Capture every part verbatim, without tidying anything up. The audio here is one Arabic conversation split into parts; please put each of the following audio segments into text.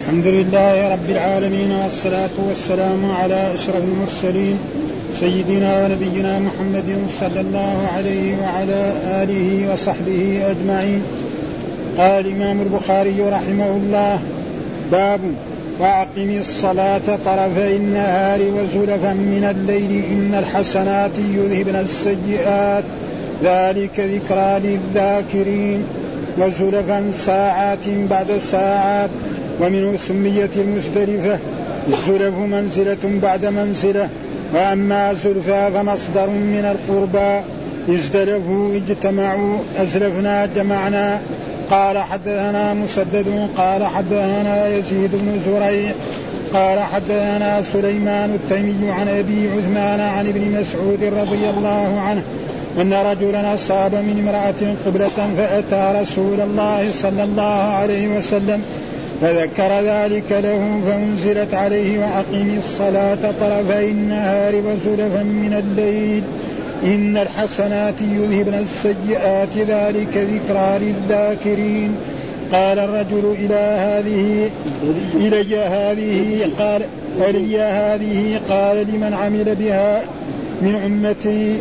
الحمد لله رب العالمين والصلاة والسلام على أشرف المرسلين سيدنا ونبينا محمد صلى الله عليه وعلى آله وصحبه أجمعين. قال الإمام البخاري رحمه الله: باب وأقم الصلاة طرفي النهار وزلفا من الليل إن الحسنات يذهبن السيئات ذلك ذكرى للذاكرين. وزلفا ساعات بعد ساعات. ومنه سمية المزدلفة الزلف منزلة بعد منزلة. وأما زلفا فمصدر من القربى ازدلفوا اجتمعوا أزلفنا جمعنا. قال حدثنا مسدد قال حدثنا يزيد بن زريع قال حدثنا سليمان التيمي عن أبي عثمان عن ابن مسعود رضي الله عنه أن رجلا أصاب من امرأة قبلة فأتى رسول الله صلى الله عليه وسلم فذكر ذلك له فأنزلت عليه: وأقم الصلاة طرفي النهار وزلفا من الليل إن الحسنات يذهبن السيئات ذلك ذكرى للذاكرين. قال الرجل: إلى هذه إلي هذه قال إلي هذه قال: لمن عمل بها من أمتي؟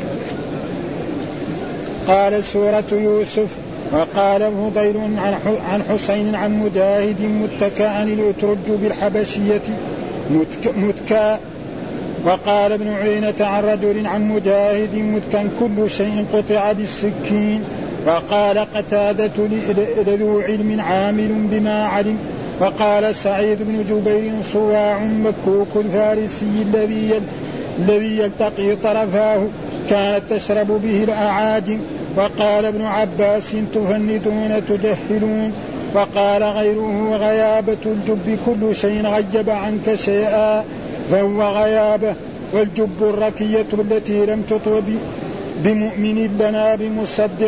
قال: سورة يوسف. وقال فضيل عن حسين عن مجاهد متكأ الأترج بالحبشية متكأ. وقال ابن عيينة عن رجل عن مجاهد متكأ كل شيء قطع بالسكين. وقال قتادة: لذو علم عامل بما علم. وقال سعيد بن جبير: صواع مكوك الفارسي الذي الذي يلتقي طرفاه كانت تشرب به الأعاجم. وقال ابن عباس: تفندون تجهلون. وقال غيره: غيابة الجب كل شيء غيب عنك شيئا فهو غيابة. والجب الركية التي لم تطوى بمؤمن لنا بمصدق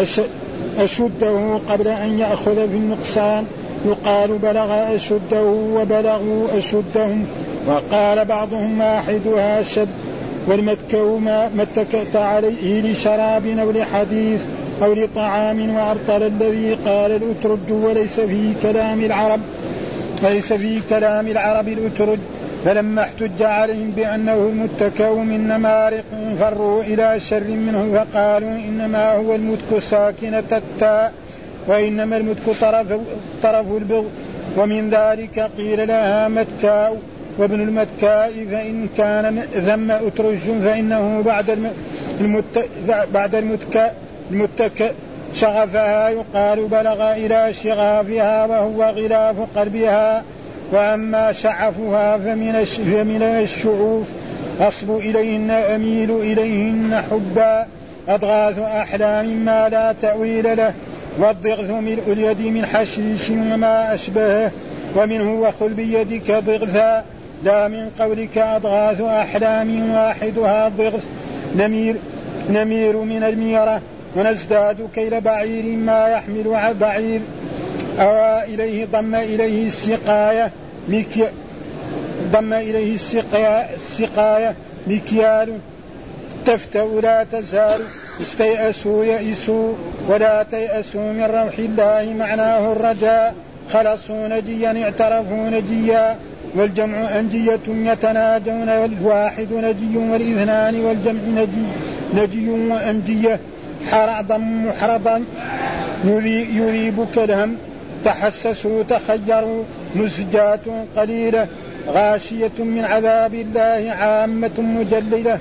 أشده قبل أن يأخذ في النقصان. يقال بلغ أشده وبلغوا أشدهم. وقال بعضهم: واحدها شد. والمتكو ما اتكأت عليه لشراب أو لحديث أو لطعام. وأبطل الذي قال الأترج وليس في كلام العرب ليس في كلام العرب الأترج. فلما احتج عليهم بأنه المتكأ من نمارق فروا إلى شر منه فقالوا: إنما هو المتك ساكنة التاء وإنما المتك طرف, طرف البغ. ومن ذلك قيل لها متكاء. وابن المتكاء فإن كان ذم أترج فإنه بعد المت... بعد المتكأ المتكأ شغفها يقال بلغ إلى شغافها وهو غلاف قلبها. وأما شعفها فمن, الش... فمن الشعوف أصب إليهن أميل إليهن حبا. أضغاث أحلام ما لا تأويل له. والضغث ملء اليد من حشيش وما أشبهه. ومنه وخل بيدك ضغثا لا من قولك أضغاث أحلام واحدها ضغث. نمير, نمير من الميرة. ونزداد كيل بعير ما يحمل بعير. أو إليه ضم إليه السقاية مكي ضم إليه السقاية, السقاية مكيال. تفتأ لا تزال. استيأسوا يئسوا ولا تيأسوا من روح الله معناه الرجاء. خلصوا نجيا اعترفوا نجيا. والجمع أنجية يتناجون والواحد نجي والاثنان والجمع نجي نجي وأنجية. حرضا محرضا يذيبك الهم. تحسسوا تخيروا نسجات قليلة غاشية من عذاب الله عامة مجللة.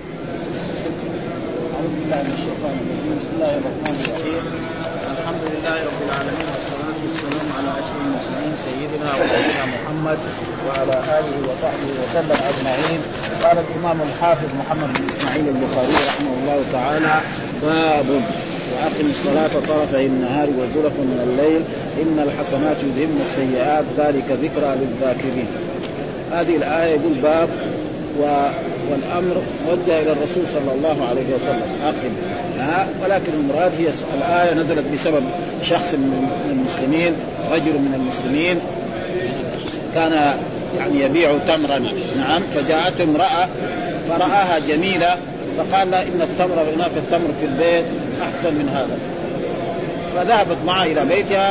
بسم الله الرحمن الرحيم. الحمد لله رب العالمين والصلاة والسلام على أشرف المرسلين سيدنا ونبينا محمد وعلى آله وصحبه وسلم أجمعين. قال الإمام الحافظ محمد بن إسماعيل البخاري رحمه الله تعالى: باب وأقم الصلاة طرفي النهار وزلفا من الليل إن الحسنات يذهبن السيئات ذلك ذكرى للذاكرين. هذه الآية يقول باب و... والأمر وجه إلى الرسول صلى الله عليه وسلم أقم. ولكن المراد هي الآية نزلت بسبب شخص من المسلمين، رجل من المسلمين كان يعني يبيع تمرا، نعم، فجاءته امرأة فرآها جميلة فقال لا إن التمر هناك التمر في البيت أحسن من هذا. فذهبت معه إلى بيتها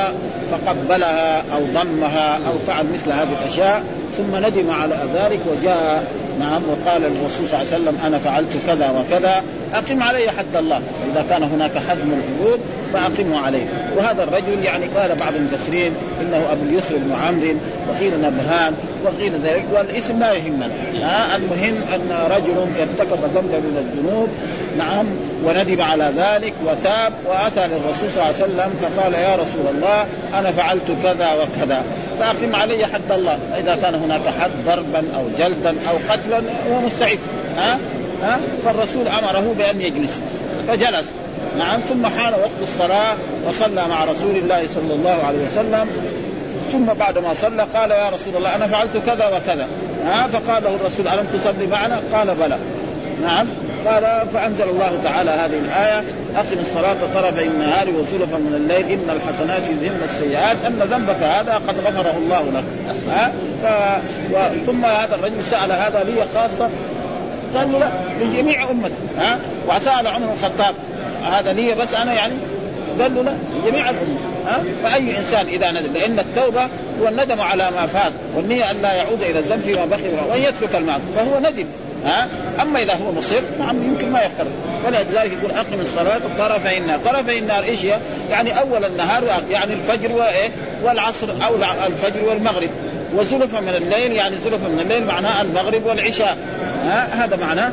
فقبلها أو ضمها أو فعل مثل هذه الأشياء ثم ندم على ذلك وجاء نعم وقال الرسول صلى الله عليه وسلم أنا فعلت كذا وكذا أقم علي حد الله، إذا كان هناك حد من الحدود فأقمه عليه. وهذا الرجل يعني قال بعض المفسرين إنه أبو اليسر بن عمرو وقيل نبهان وقيل ذلك، والاسم لا يهمنا، المهم أن رجل ارتكب ذنبا من الذنوب نعم وندم على ذلك وتاب وأتى للرسول صلى الله عليه وسلم فقال يا رسول الله أنا فعلت كذا وكذا فأقم علي حد الله، إذا كان هناك حد ضربا أو جلدا أو قتلا هو مستعد. ها ها فالرسول أمره بأن يجلس فجلس نعم ثم حان وقت الصلاة وصلى مع رسول الله صلى الله عليه وسلم، ثم بعد ما صلى قال يا رسول الله أنا فعلت كذا وكذا. ها فقال له الرسول ألم تصلي معنا؟ قال بلى. نعم قال فأنزل الله تعالى هذه الآية أقم الصلاة طرفي النهار وزلفا من الليل إن الحسنات يذهبن السيئات أن ذنبك هذا قد غفره الله لك. ها ف... و... ثم هذا الرجل سأل هذا لي خاصة؟ قال له لا لجميع أمته. ها وسأل عمر الخطاب هذا لي بس أنا يعني؟ قال له لا جميع الأمة. ها فأي إنسان إذا ندم، لأن التوبة هو الندم على ما فات والنية أن لا يعود إلى الذنب فيما بقي وأن يترك المعصية فهو ندم. ها أما إذا هو مصر نعم يمكن ما يختار. فلذلك يقول أقم الصلاة طرفي النهار. طرفي النهار إيش هي؟ يعني أول النهار يعني الفجر وإيه والعصر أو الفجر والمغرب، وزلفا من الليل يعني زلفا من الليل معناه المغرب والعشاء. ها هذا معناه.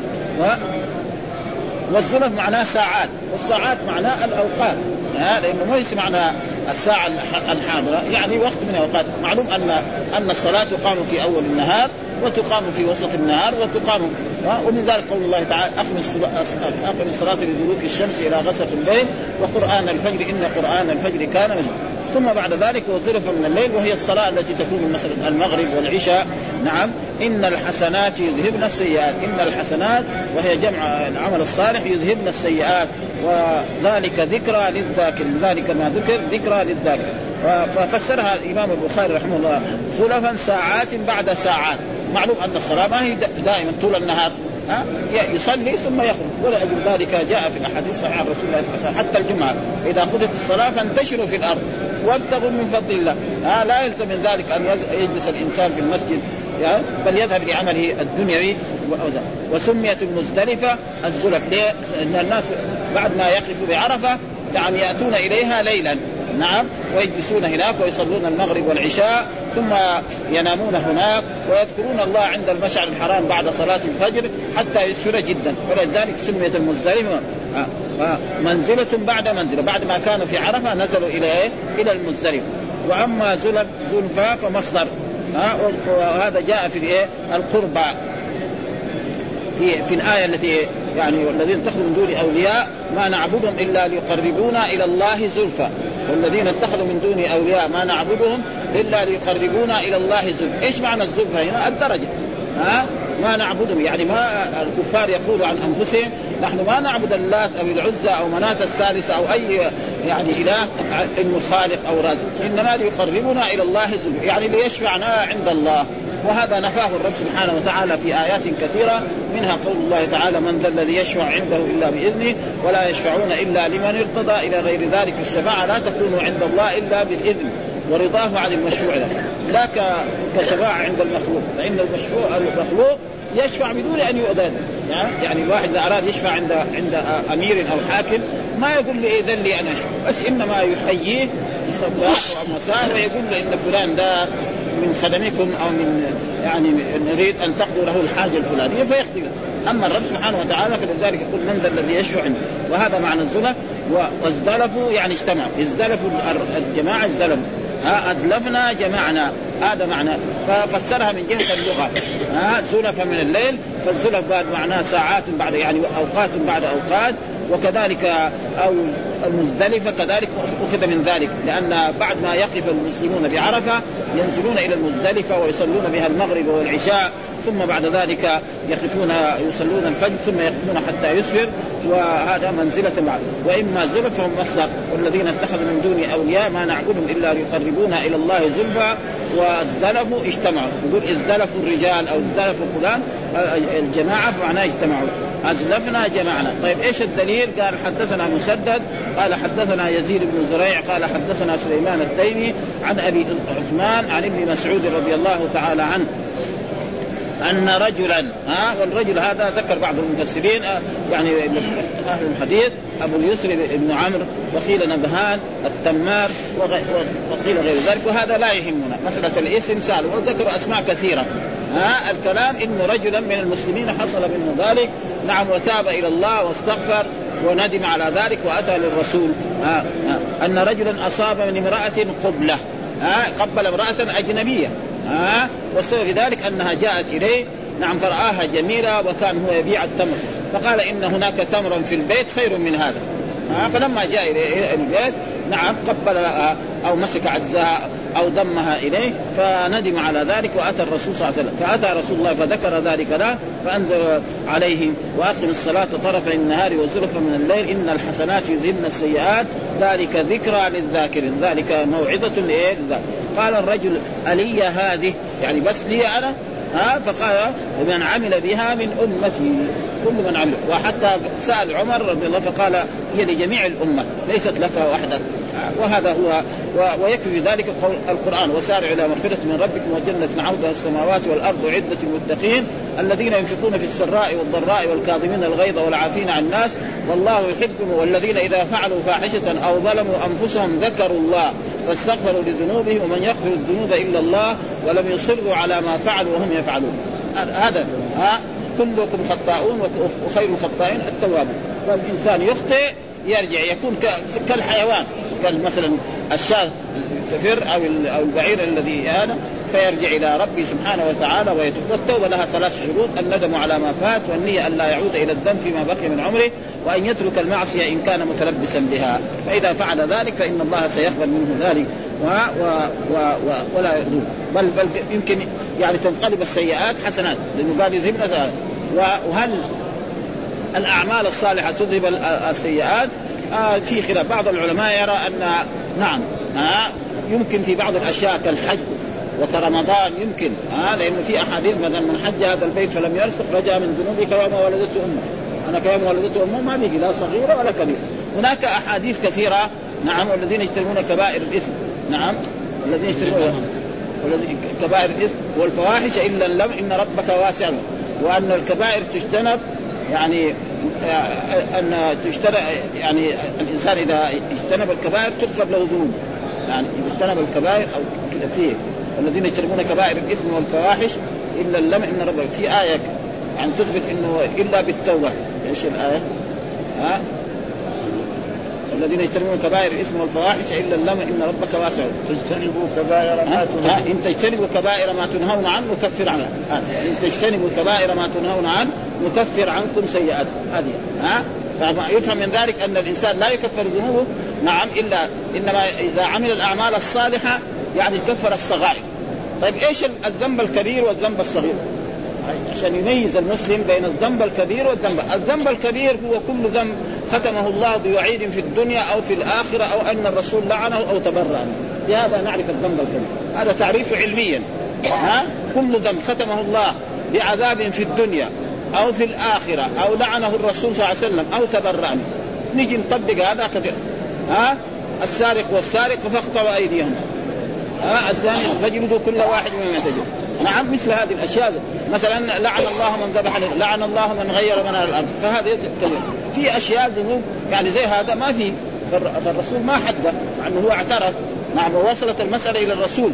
والزلف معناه ساعات، والساعات معناه الأوقات. هذا إنه ليس معنى الساعة الحاضرة يعني وقت من الأوقات. معلوم أن أن الصلاة تقام في أول النهار وتقام في وسط النهار وتقام. ومن ذلك قول الله تعالى أقم الصلاة لدلوك الشمس إلى غسق الليل وقرآن الفجر إن قرآن الفجر كان مجيدا. ثم بعد ذلك وزلفا من الليل وهي الصلاة التي تكون مثلا المغرب والعشاء. نعم إن الحسنات يذهبن السيئات، إن الحسنات وهي جمع العمل الصالح يذهبن السيئات وذلك ذكرى للذاكر، ذلك ما ذكر ذكرى للذاكر. ففسرها الإمام البخاري رحمه الله زلفا ساعات بعد ساعات. معلوم أن الصلاة ما هي دائما طول النهار، ها يصلي ثم يخرج، ولأجل ذلك جاء في الأحاديث صحيحة عن رسول الله صلى الله عليه وسلم حتى الجمعة إذا خذت الصلاة فانتشروا في الأرض وابتغوا من فضل الله. ها لا يلزم من ذلك أن يجلس الإنسان في المسجد بل يذهب لعمله الدنيوي. وسميت المزدلفة الزلف ليه؟ لأن الناس بعد ما يقفوا بعرفة يعني يأتون إليها ليلا نعم ويجلسون هناك ويصلون المغرب والعشاء ثم ينامون هناك ويذكرون الله عند المشعر الحرام بعد صلاة الفجر حتى يسفر جدا. فلذلك سميت المزدلفة منزلة بعد منزلة، بعد ما كانوا في عرفة نزلوا إلى إيه؟ إلى المزدلفة. وأما زلف زلفا فمصدر، وهذا جاء في إيه؟ القربى في في الآية التي يعني والذين اتخذوا من دون أولياء ما نعبدهم إلا ليقربونا إلى الله زلفى، والذين اتخذوا من دون أولياء ما نعبدهم إلا ليقربونا إلى الله زلفى. إيش معنى الزلفى هنا؟ الدرجة. ها ما نعبدهم يعني ما الكفار يقولوا عن أنفسهم نحن ما نعبد اللات أو العزى أو مناة الثالثة أو أي يعني إله إنه خالق أو رازق، إنما ليقربونا إلى الله زلفى يعني ليشفعنا عند الله. وهذا نفاه الرب سبحانه وتعالى في آيات كثيرة، منها قول الله تعالى من ذا الذي يشفع عنده إلا بإذنه ولا يشفعون إلا لمن ارتضى إلى غير ذلك. الشفاعة لا تكون عند الله إلا بالإذن ورضاه عن المشروع له، لا كشفاعة عند المخلوق، فإن المشروع المخلوق يشفع بدون أن يؤذن. يعني الواحد إذا أراد يشفع عند عند أمير أو حاكم ما يقول لي إذن لي أنا أشفع، بس إنما يحييه صباح أو مساء ويقول له إن فلان ده من خدمكم أو من يعني نريد أن تقضوا له الحاجة الفلانية فيقضي له. أما الرب سبحانه وتعالى فلذلك يقول من ذا الذي يشفع عنده، وهذا معنى الزلف. وازدلفوا يعني اجتمعوا، ازدلفوا الجماعة ازدلفوا، ها أزلفنا جمعنا، هذا معنى. ففسرها من جهة اللغة ها زلف من الليل، فالزلف بعد معناه ساعات بعد يعني أوقات بعد أوقات. وكذلك أو المزدلفة كذلك أخذ من ذلك، لأن بعد ما يقف المسلمون بعرفة ينزلون إلى المزدلفة ويصلون بها المغرب والعشاء، ثم بعد ذلك يقفون يصلون الفجر ثم يقفون حتى يسفر، وهذا منزلة بعد. وإما زلف هم مصدر، والذين اتخذوا من دون أولياء ما نعبدهم إلا ليقربونا إلى الله زلفى. وازدلفوا اجتمعوا، يقول ازدلفوا الرجال أو ازدلفوا فلان الجماعة فمعناه اجتمعوا. أزلفنا جمعنا. طيب إيش الدليل؟ قال حدثنا مسدد قال حدثنا يزيد بن زريع قال حدثنا سليمان التيمي عن أبي عثمان عن ابن مسعود رضي الله تعالى عنه أن رجلا ها والرجل هذا ذكر بعض المفسرين يعني أهل الحديث أبو اليسر بن عمرو وقيل نبهان التمار وقيل غير ذلك، وهذا لا يهمنا مسألة الاسم سهل، وذكروا أسماء كثيرة. ها الكلام إنه رجلا من المسلمين حصل منه ذلك نعم وتاب إلى الله واستغفر وندم على ذلك وأتى للرسول. ها ها أن رجلا أصاب من امرأة قبلة ها قبل امرأة أجنبية ها والسبب في ذلك أنها جاءت إليه نعم فرآها جميلة وكان هو يبيع التمر فقال إن هناك تمرا في البيت خير من هذا. ها فلما جاء إلى البيت نعم قبل أو مسك عجزها أو ضمها إليه فندم على ذلك وأتى الرسول صلى الله عليه وسلم، فأتى رسول الله فذكر ذلك له فأنزل عليه وأقم الصلاة طرفي النهار وزلفا من الليل إن الحسنات يذهبن السيئات ذلك ذكرى للذاكرين ذلك موعظة لإيه؟ قال الرجل ألي هذه يعني بس لي أنا؟ ها فقال من عمل بها من أمتي كل من عمل، وحتى سأل عمر رضي الله فقال هي لجميع الأمة ليست لك وحدك، وهذا هو ويكفي ذلك القرآن وسارع إلى مغفرة من ربكم وجنة عرضها السماوات والأرض عدة المتقين الذين ينفقون في السراء والضراء والكاظمين الغيظ والعافين عن الناس والله يحبهم والذين إذا فعلوا فاحشة أو ظلموا أنفسهم ذكروا الله فاستغفروا لذنوبهم ومن يغفر الذنوب إلا الله ولم يصروا على ما فعلوا وهم يفعلون. هذا ها كلكم خطاؤون وخير الخطائين التوابون. فالإنسان يخطئ يرجع يكون كالحيوان مثلا الشاة كفر أو البعير الذي هذا فيرجع إلى ربي سبحانه وتعالى ويتوب. والتوبة لها ثلاث شروط: الندم على ما فات والنية أن لا يعود إلى الذنب فيما بقي من عمره وأن يترك المعصية إن كان متلبسا بها، فإذا فعل ذلك فإن الله سيقبل منه ذلك و و و و ولا يؤذوه بل بل يمكن يعني تنقلب السيئات حسنات لأنه قال يذهبنا. وهل الأعمال الصالحة تذهب السيئات؟ آه في خلاف. بعض العلماء يرى أن نعم آه يمكن في بعض الأشياء كالحج وكرمضان يمكن آه لأنه في أحاديث مثلا من حج هذا البيت فلم يرسخ رجع من ذنوبك يوم ولدته أمه. أنا كيوم ولدته أمه ما بيجي لا صغيرة ولا كبيرة. هناك أحاديث كثيرة نعم والذين يجتنبون كبائر الإثم نعم الذين يجتنبون كبائر الإثم والفواحش إلا اللم إن ربك واسع، وأن الكبائر تجتنب يعني أن تجتنب يعني الإنسان إذا اجتنب الكبائر تغفر له ذنوب يعني اجتنب الكبائر أو فيه الذين يجتنبون كبائر الإثم والفواحش إلا اللم إن ربك. في آية يعني تثبت إنه إلا بالتوبة. إيش الآية؟ ها الذين يجتنبون كبائر الإثم والفواحش إلا اللم إن ربك واسع تجتنبوا كبائر ما تنهون إن تجتنبوا كبائر ما تنهون عنه نكفر عنه إن تجتنبوا كبائر ما تنهون عنه نكفر عنكم سيئاتكم. هذه ها فيفهم من ذلك أن الإنسان لا يكفر ذنوبه نعم إلا إنما إذا عمل الأعمال الصالحة يعني يكفر الصغائر. طيب إيش الذنب الكبير والذنب الصغير؟ عشان يميز المسلم بين الذنب الكبير والذنب. الذنب الكبير هو كل ذنب ختمه الله بوعيد في الدنيا أو في الآخرة أو أن الرسول لعنه أو تبرأ منه، بهذا نعرف الذنب الكبير. هذا تعريف علميا ها كل ذنب ختمه الله بعذاب في الدنيا أو في الآخرة أو لعنه الرسول صلى الله عليه وسلم أو تبرأ منه. نيجي نطبق هذا كثير ها السارق والسارق فاقطعوا أيديهم ها الزاني فاجلدوا كل واحد مما يتجلد. نعم مثل هذه الأشياء مثلا لعن الله من ذبح لعن الله من غير منار الأرض. فهذا في أشياء ذنوب يعني زي هذا ما في فالرسول ما حده عنه هو اعترف نعم ووصلت المسألة إلى الرسول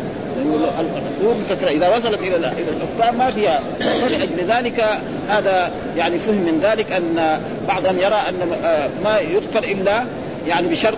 الرسول إذا وصلت إلى إلى الحكام ما فيها. لأجل ذلك هذا يعني فهم من ذلك أن بعضهم يرى أن ما يغفر إلا يعني بشرط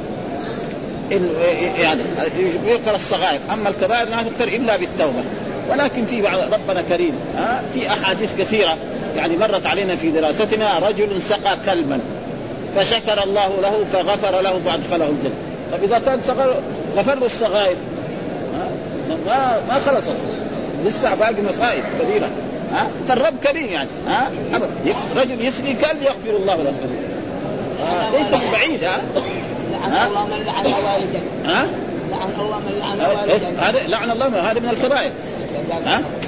يعني يغفر الصغائر أما الكبائر لا تغفر إلا بالتوبة. ولكن في بعض ربنا كريم ها في أحاديث كثيرة يعني مرت علينا في دراستنا رجل سقى كلبا فشكر الله له فغفر له فأدخله الجنة. طب إذا كان صغر غفر له الصغائر ما ما خلصت لسه باقي مصائب كبيرة ها فالرب كريم يعني ها رجل يسقي كلب يغفر الله له ليس بعيد ها لعن الله من لعن والديه ها لعن الله من لعن والديه هذا لعن الله هذا من الكبائر ها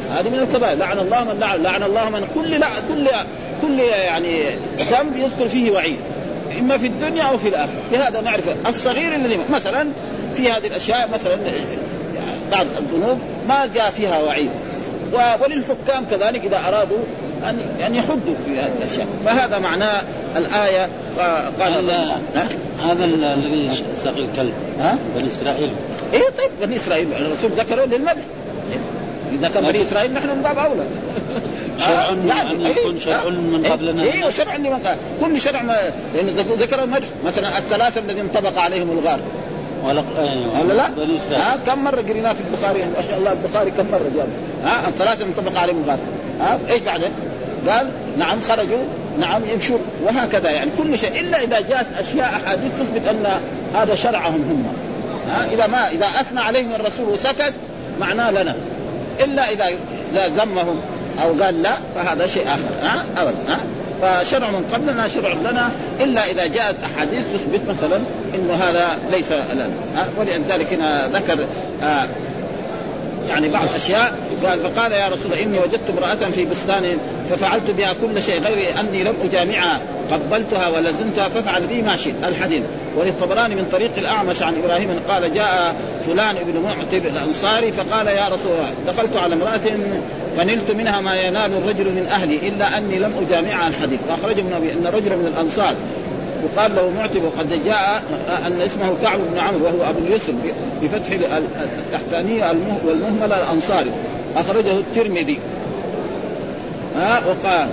هذه من الكبائر. لعن الله من لعن لعن الله من كل لع... كل كل يعني ذنب يذكر فيه وعيد إما في الدنيا أو في الآخرة. بهذا نعرف الصغير الذي مثلا في هذه الأشياء مثلا بعض الذنوب ما جاء فيها وعيد، وللحكام كذلك إذا أرادوا أن أن يحدوا في هذه الأشياء. فهذا معناه الآية. قال هذا هذا الذي سقي الكلب ها بني إسرائيل. إيه طيب بني إسرائيل الرسول ذكره للمدح، إذا كان بني إسرائيل نحن من باب أولى. شرع أن يكون شرع من قبلنا. إيه وشرع لمن قال كل شرع ما لأن ذكر المدح. مثلا الثلاثة الذين انطبق عليهم الغار ولا ولا لا ها كم مرة قريناه في البخاري ما شاء الله البخاري كم مرة جاب ها الثلاثة انطبق عليهم الغار ها إيش بعدين قال نعم خرجوا نعم يمشوا وهكذا. يعني كل شيء إلا إذا جاءت أشياء أحاديث تثبت أن هذا شرعهم هم. ها إذا ما إذا أثنى عليهم الرسول وسكت معناه لنا، إلا إذا إذا ذمهم أو قال لا فهذا شيء آخر. ها أبدا. ها فشرع من قبلنا شرع لنا إلا إذا جاءت أحاديث تثبت مثلا إنه هذا ليس لنا. ولذلك هنا ذكر آه يعني بعض أشياء قال فقال يا رسول الله إني وجدت امرأة في بستان ففعلت بها كل شيء غير أني لم أجامعها قبلتها ولزمتها ففعل بي ما شئت. الحديث. وللطبراني من طريق الأعمش عن إبراهيم قال جاء فلان ابن معتب الأنصاري فقال يا رسول الله دخلت على امرأة فنلت منها ما ينال الرجل من أهلي إلا أني لم أجامعها. الحديث. وأخرج من أبي أن رجل من الأنصار وقال له معتب وقد جاء أن اسمه كعب بن عمرو وهو أبو اليسر بفتح التحتانية والمهملة الأنصاري أخرجه الترمذي. ها وقال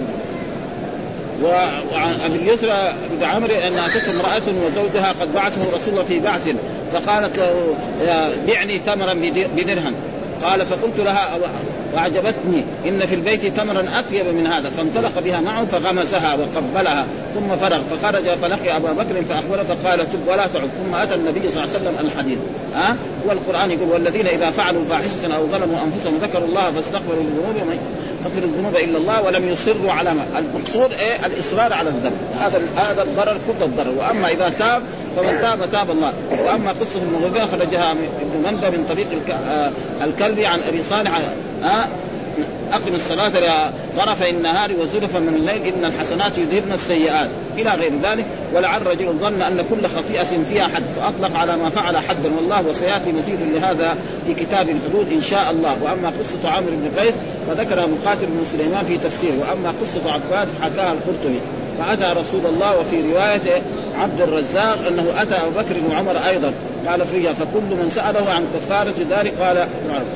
وعن أبي اليسر بن عمرو أن أتته امرأة وزوجها قد بعثه رسول الله في بعث فقالت له بعني تمرا بدرهم. قال فقلت لها وعجبتني إن في البيت تمرا أطيب من هذا فانطلق بها معه فغمسها وقبلها ثم فرغ فخرج فلقي أبا بكر فأخبره فقال تب ولا تعد. ثم أتى النبي صلى الله عليه وسلم الحديث. ها والقرآن يقول والذين إذا فعلوا فاحشة أو ظلموا أنفسهم ذكروا الله فاستغفروا الذنوب ومن يغفر الذنوب إلا الله ولم يصروا على ما المقصود إيه الإصرار على الذنب. هذا هذا الضرر كل الضرر. وأما إذا تاب فمن تاب تاب الله. وأما قصة المغيرة خرجها ابن مندى من طريق الكلبي عن أبي صالح ها أقم الصلاة طرفي النهار وزلفا من الليل إن الحسنات يذهبن السيئات إلى غير ذلك. ولعل الرجل ظن أن كل خطيئة فيها حد فأطلق على ما فعل حدا والله وسيأتي مزيد لهذا في كتاب الحدود إن شاء الله. وأما قصة عامر بن قيس فذكرها مقاتل بن سليمان في تفسيره. وأما قصة عباد حكاها القرطبي فأتى رسول الله وفي رواية عبد الرزاق أنه أتى أبو بكر وعمر أيضا قال فيها فكل من سأله عن كفارة ذلك قال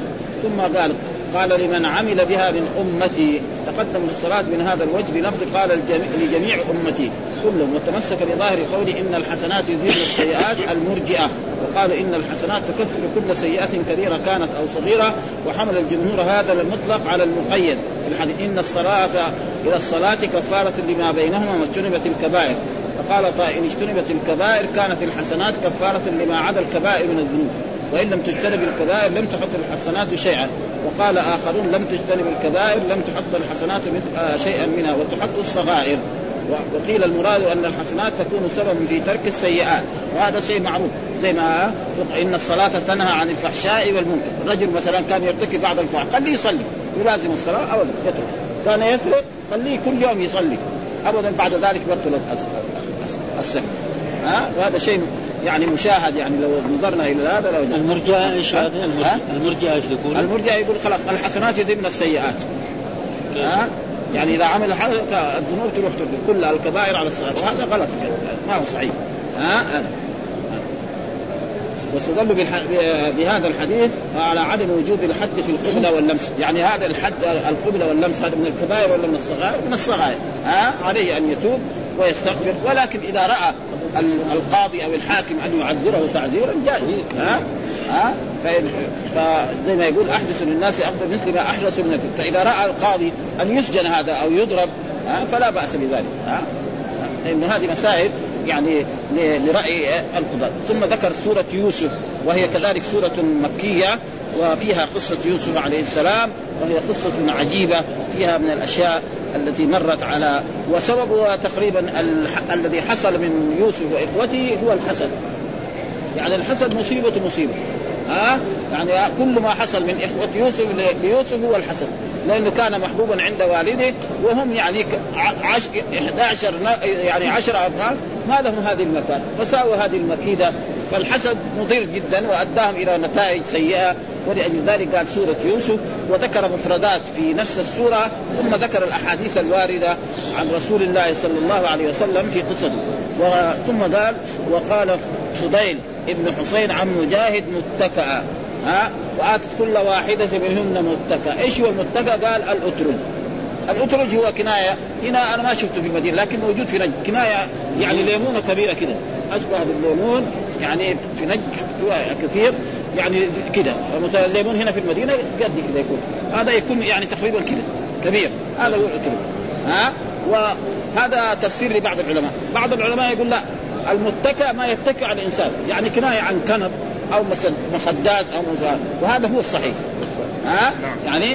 ثم قال قال لمن عمل بها من أمتي تقدم الصلاة من هذا الوجه بلفظ قال لجميع أمتي كلهم. وتمسك بظاهر قوله إن الحسنات يذهبن السيئات المرجئة وقالوا إن الحسنات تكفر كل سيئة كبيرة كانت أو صغيرة. وحمل الجمهور هذا المطلق على المقيد في الحديث إن الصلاة إلى الصلاة كفارة لما بينهما واجتنبت الكبائر. فقال طائل اجتنبت الكبائر كانت الحسنات كفارة لما عدا الكبائر من الذنوب وإن لم تجتنب الكبائر لم تحط الحسنات شيئا. وقال آخرون لم تجتنب الكبائر لم تحط الحسنات مثل شيئا منها وتحط الصغائر. وقيل المراد أن الحسنات تكون سببا في ترك السيئات وهذا شيء معروف زي ما إن الصلاة تنهى عن الفحشاء والمنكر. الرجل مثلا كان يرتكب بعض الفحش خليه يصلي يلازم الصلاة أبدا يترك. كان يسرق خليه كل يوم يصلي أبدا بعد ذلك يبطل السحر. ها وهذا شيء يعني مشاهد. يعني لو نظرنا إلى هذا لو المرجئة إيش هذا المرجئة إيش يقول المرجئة يقول خلاص الحسنات يذهبن السيئات. ها يعني إذا عمل حاجة الذنوب تروح ترد كل الكبائر على الصغائر وهذا غلط ما هو صحيح. ها واستدلوا بهذا الحديث على عدم وجوب الحد في القبلة واللمس. يعني هذا الحد القبلة واللمس هذا من الكبائر ولا من الصغائر؟ من الصغائر. ها عليه أن يتوب ويستغفر. ولكن إذا رأى القاضي أو الحاكم أن يعذره تعذيرا جائز. ها ها فزي ما يقول أحدث للناس أفضل مثل ما أحدث للنفس. فإذا رأى القاضي أن يسجن هذا أو يضرب فلا بأس بذلك. ها إن هذه مسائل يعني لرأي القضاة. ثم ذكر سورة يوسف وهي كذلك سورة مكية وفيها قصة يوسف عليه السلام وهي قصة عجيبة فيها من الأشياء التي مرت على وسببها تقريبا ال... الذي حصل من يوسف وإخوته هو الحسد. يعني الحسد مصيبة مصيبة. ها يعني كل ما حصل من إخوة يوسف ليوسف هو الحسد. لأنه كان محبوبا عند والده، وهم يعني عش... إحدى عشر يعني عشر أفراد ما لهم هذه المكان، فساووا هذه المكيدة. فالحسد مضر جدا وأداهم إلى نتائج سيئة. ولأجل ذلك قال سورة يوسف وذكر مفردات في نفس السورة، ثم ذكر الأحاديث الواردة عن رسول الله صلى الله عليه وسلم في قصته. ثم قال وقال فضيل ابن حسين عن مجاهد متكئا، ها وآتت كل واحدة منهن متكئا. إيش هو المتكئ؟ قال الأترج. الأترج هو كناية، هنا أنا ما شفته في المدينة لكن موجود في نجد، كناية يعني ليمونة كبيرة كده أشبه بالليمون، يعني في نجد كثير يعني كده. مثلا الليمون هنا في المدينة قد كده يكون، هذا يكون يعني تقريبا كده كبير، هذا هو الأترج. ها وهذا تفسير لبعض العلماء. بعض العلماء يقول لا، المتكئ ما يتكئ على الإنسان، يعني كناية عن كنب أو مخدات أو مزار، وهذا هو الصحيح. ها يعني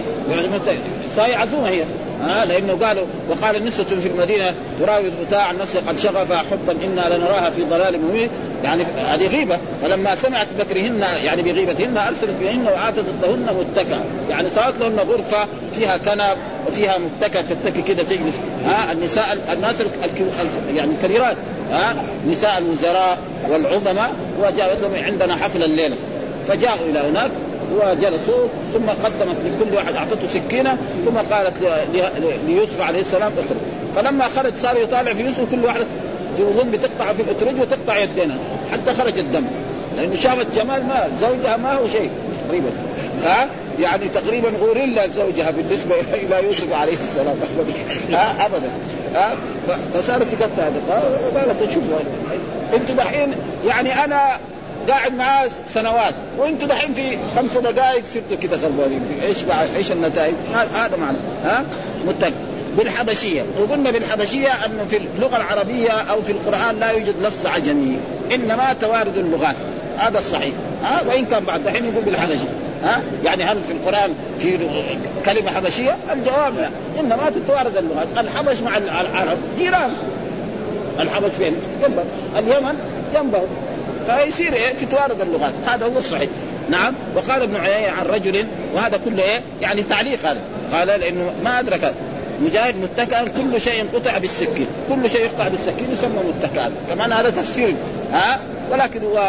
صايع عزومة هي، ها لأنه قالوا وقال النسوة في المدينة تراود فتاة عن نفسها قد شغفها حبا إنا لنراها في ضلال مبين، يعني هذه غيبة. فلما سمعت بكرهن يعني بغيبتهن أرسلت بهن وآتت لهن متكئا، يعني صارت لهن غرفة فيها كنب وفيها متكئ تتكي كده تجلس. ها النساء الناس يعني الكبيرات، ها نساء الوزراء والعظماء، وجاءت لهم عندنا حفل الليلة، فجاءوا إلى هناك وجلسوا، ثم قدمت لكل واحد أعطته سكينة، ثم قالت ليوسف عليه السلام اخرج. فلما خرج صار يطالع في يوسف، كل واحدة جوزهم بتقطع في الأترج وتقطع يدينها حتى خرج الدم، لأنه شافت جمال ما زوجها ما هو شيء تقريبا، ها يعني تقريبا غوريلا زوجها بالنسبة إلى يوسف عليه السلام ها أبدا. ها فصارت تقطع. قالت شوفوا انتوا دحين يعني أنا قاعد معاه سنوات وانتوا دحين في خمس دقائق ستة كده خربانين، ايش بعد ايش النتائج؟ هذا معنى ها متكئ. بالحبشية، وقلنا بالحبشية أنه في اللغة العربية أو في القرآن لا يوجد لفظ عجمي، إنما توارد اللغات، هذا الصحيح. ها وإن كان بعد الحين يقول بالحبشية، ها يعني هل في القرآن في كلمة حبشية؟ الجواب لا، إنما تتوارد اللغات. الحبش مع العرب جيران، الحبش فين؟ جنبه، اليمن جنبه، فيصير إيه تتوارد اللغات، هذا هو الصحيح. نعم. وقال ابن عيينة عن رجل، وهذا كله إيه يعني تعليق، هذا قال لأنه ما أدرك مجاهد متكئا كل شيء قطع بالسكين، كل شيء يقطع بالسكين يسمى متكئا، كمان هذا تفسير. ها ولكن هو